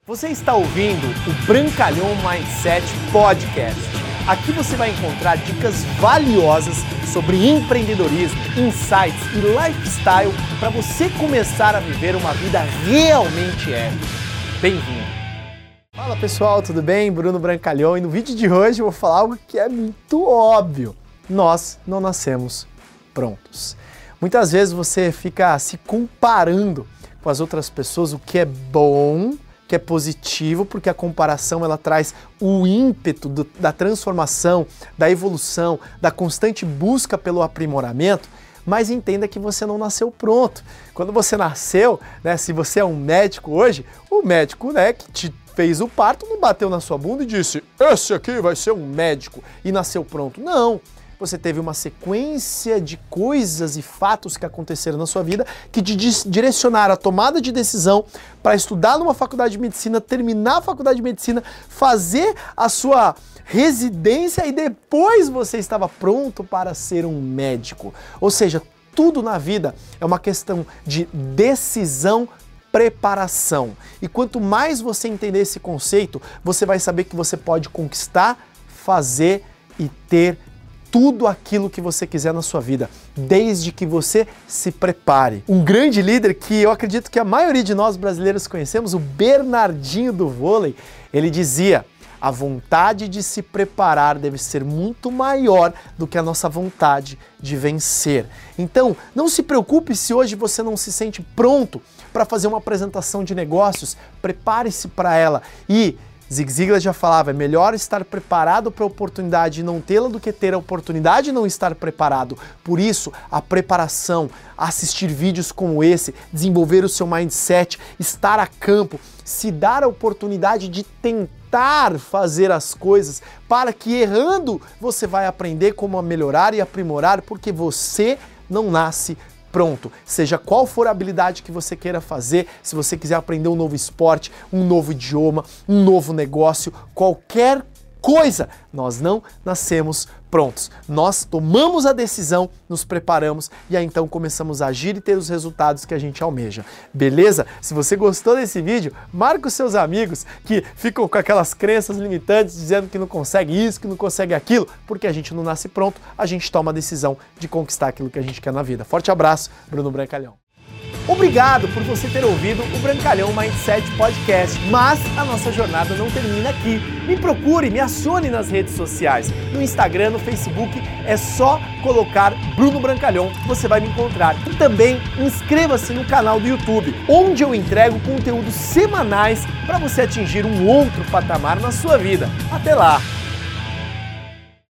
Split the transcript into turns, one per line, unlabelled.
Você está ouvindo o Brancalhão Mindset Podcast. Aqui você vai encontrar dicas valiosas sobre empreendedorismo, insights e lifestyle para você começar a viver uma vida realmente épica. Bem-vindo! Fala pessoal, tudo bem? Bruno Brancalhão, e no vídeo de hoje eu vou falar algo que é muito óbvio. Nós não nascemos prontos. Muitas vezes você fica se comparando com as outras pessoas, o que é bom, que é positivo, porque a comparação ela traz o ímpeto da transformação, da evolução, da constante busca pelo aprimoramento, mas entenda que você não nasceu pronto. Quando você nasceu, se você é um médico hoje, o médico que te fez o parto não bateu na sua bunda e disse: esse aqui vai ser um médico, e nasceu pronto. Não! Você teve uma sequência de coisas e fatos que aconteceram na sua vida que te direcionaram a tomada de decisão para estudar numa faculdade de medicina, terminar a faculdade de medicina, fazer a sua residência e depois você estava pronto para ser um médico. Ou seja, tudo na vida é uma questão de decisão, preparação. E quanto mais você entender esse conceito, você vai saber que você pode conquistar, fazer e ter tudo aquilo que você quiser na sua vida, desde que você se prepare. Um grande líder que eu acredito que a maioria de nós brasileiros conhecemos, o Bernardinho do vôlei, ele dizia: a vontade de se preparar deve ser muito maior do que a nossa vontade de vencer. Então, não se preocupe se hoje você não se sente pronto para fazer uma apresentação de negócios, prepare-se para ela. E Zig Ziglar já falava, é melhor estar preparado para a oportunidade e não tê-la do que ter a oportunidade e não estar preparado. Por isso, a preparação, assistir vídeos como esse, desenvolver o seu mindset, estar a campo, se dar a oportunidade de tentar fazer as coisas para que errando você vai aprender como melhorar e aprimorar, porque você não nasce pronto. Seja qual for a habilidade que você queira fazer, se você quiser aprender um novo esporte, um novo idioma, um novo negócio, qualquer coisa, nós não nascemos prontos. Nós tomamos a decisão, nos preparamos e aí então começamos a agir e ter os resultados que a gente almeja. Beleza? Se você gostou desse vídeo, marca os seus amigos que ficam com aquelas crenças limitantes, dizendo que não consegue isso, que não consegue aquilo, porque a gente não nasce pronto, a gente toma a decisão de conquistar aquilo que a gente quer na vida. Forte abraço, Bruno Brancalhão. Obrigado por você ter ouvido o Brancalhão Mindset Podcast, mas a nossa jornada não termina aqui. Me procure, me acione nas redes sociais. No Instagram, no Facebook, é só colocar Bruno Brancalhão, você vai me encontrar. E também inscreva-se no canal do YouTube, onde eu entrego conteúdos semanais para você atingir um outro patamar na sua vida. Até lá!